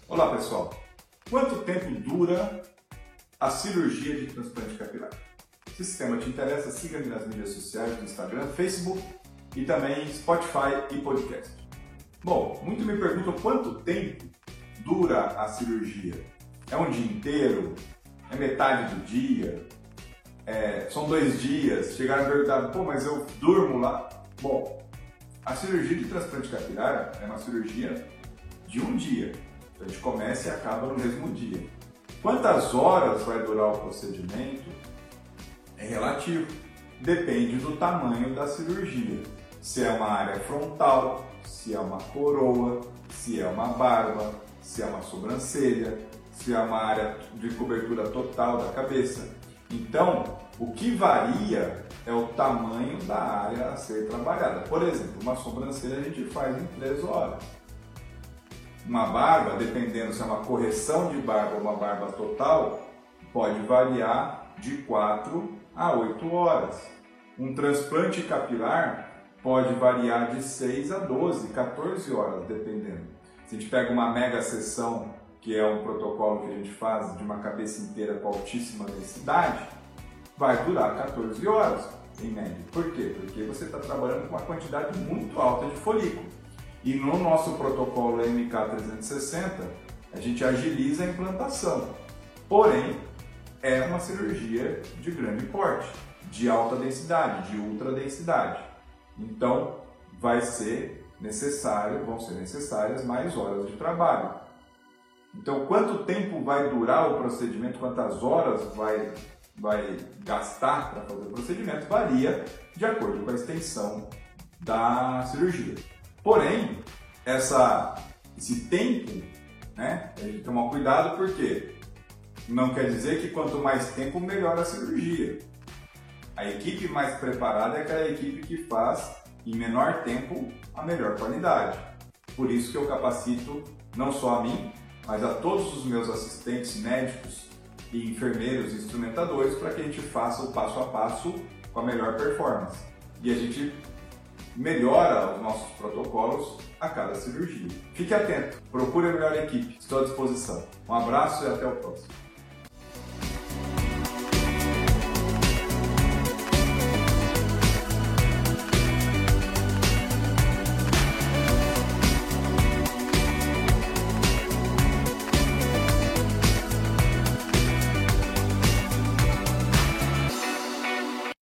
Olá pessoal, quanto tempo dura a cirurgia de transplante capilar? Se esse tema te interessa, siga-me nas mídias sociais, no Instagram, Facebook e também Spotify e podcast. Bom, muitos me perguntam quanto tempo dura a cirurgia. É um dia inteiro? É metade do dia? São 2 dias? Chegaram a perguntar, mas eu durmo lá? Bom, a cirurgia de transplante capilar é uma cirurgia de um dia. A gente começa e acaba no mesmo dia. Quantas horas vai durar o procedimento? É relativo. Depende do tamanho da cirurgia. Se é uma área frontal, se é uma coroa, se é uma barba, se é uma sobrancelha, se é uma área de cobertura total da cabeça. Então, o que varia é o tamanho da área a ser trabalhada. Por exemplo, uma sobrancelha a gente faz em 3 horas. Uma barba, dependendo se é uma correção de barba ou uma barba total, pode variar de 4 a 8 horas. Um transplante capilar pode variar de 6 a 12, 14 horas, dependendo. Se a gente pega uma mega seção, que é um protocolo que a gente faz de uma cabeça inteira com altíssima densidade, vai durar 14 horas, em média. Por quê? Porque você está trabalhando com uma quantidade muito alta de folículo. E no nosso protocolo MK360, a gente agiliza a implantação. Porém, é uma cirurgia de grande porte, de alta densidade, de ultra densidade. Então, vão ser necessárias mais horas de trabalho. Então, quanto tempo vai durar o procedimento, quantas horas vai gastar para fazer o procedimento, varia de acordo com a extensão da cirurgia. Porém, esse tempo, a gente tem que tomar cuidado porque não quer dizer que quanto mais tempo, melhor a cirurgia. A equipe mais preparada é aquela equipe que faz em menor tempo a melhor qualidade. Por isso que eu capacito não só a mim, mas a todos os meus assistentes médicos e enfermeiros e instrumentadores para que a gente faça o passo a passo com a melhor performance. E a gente melhora os nossos protocolos a cada cirurgia. Fique atento, procure a melhor equipe, estou à disposição. Um abraço e até o próximo.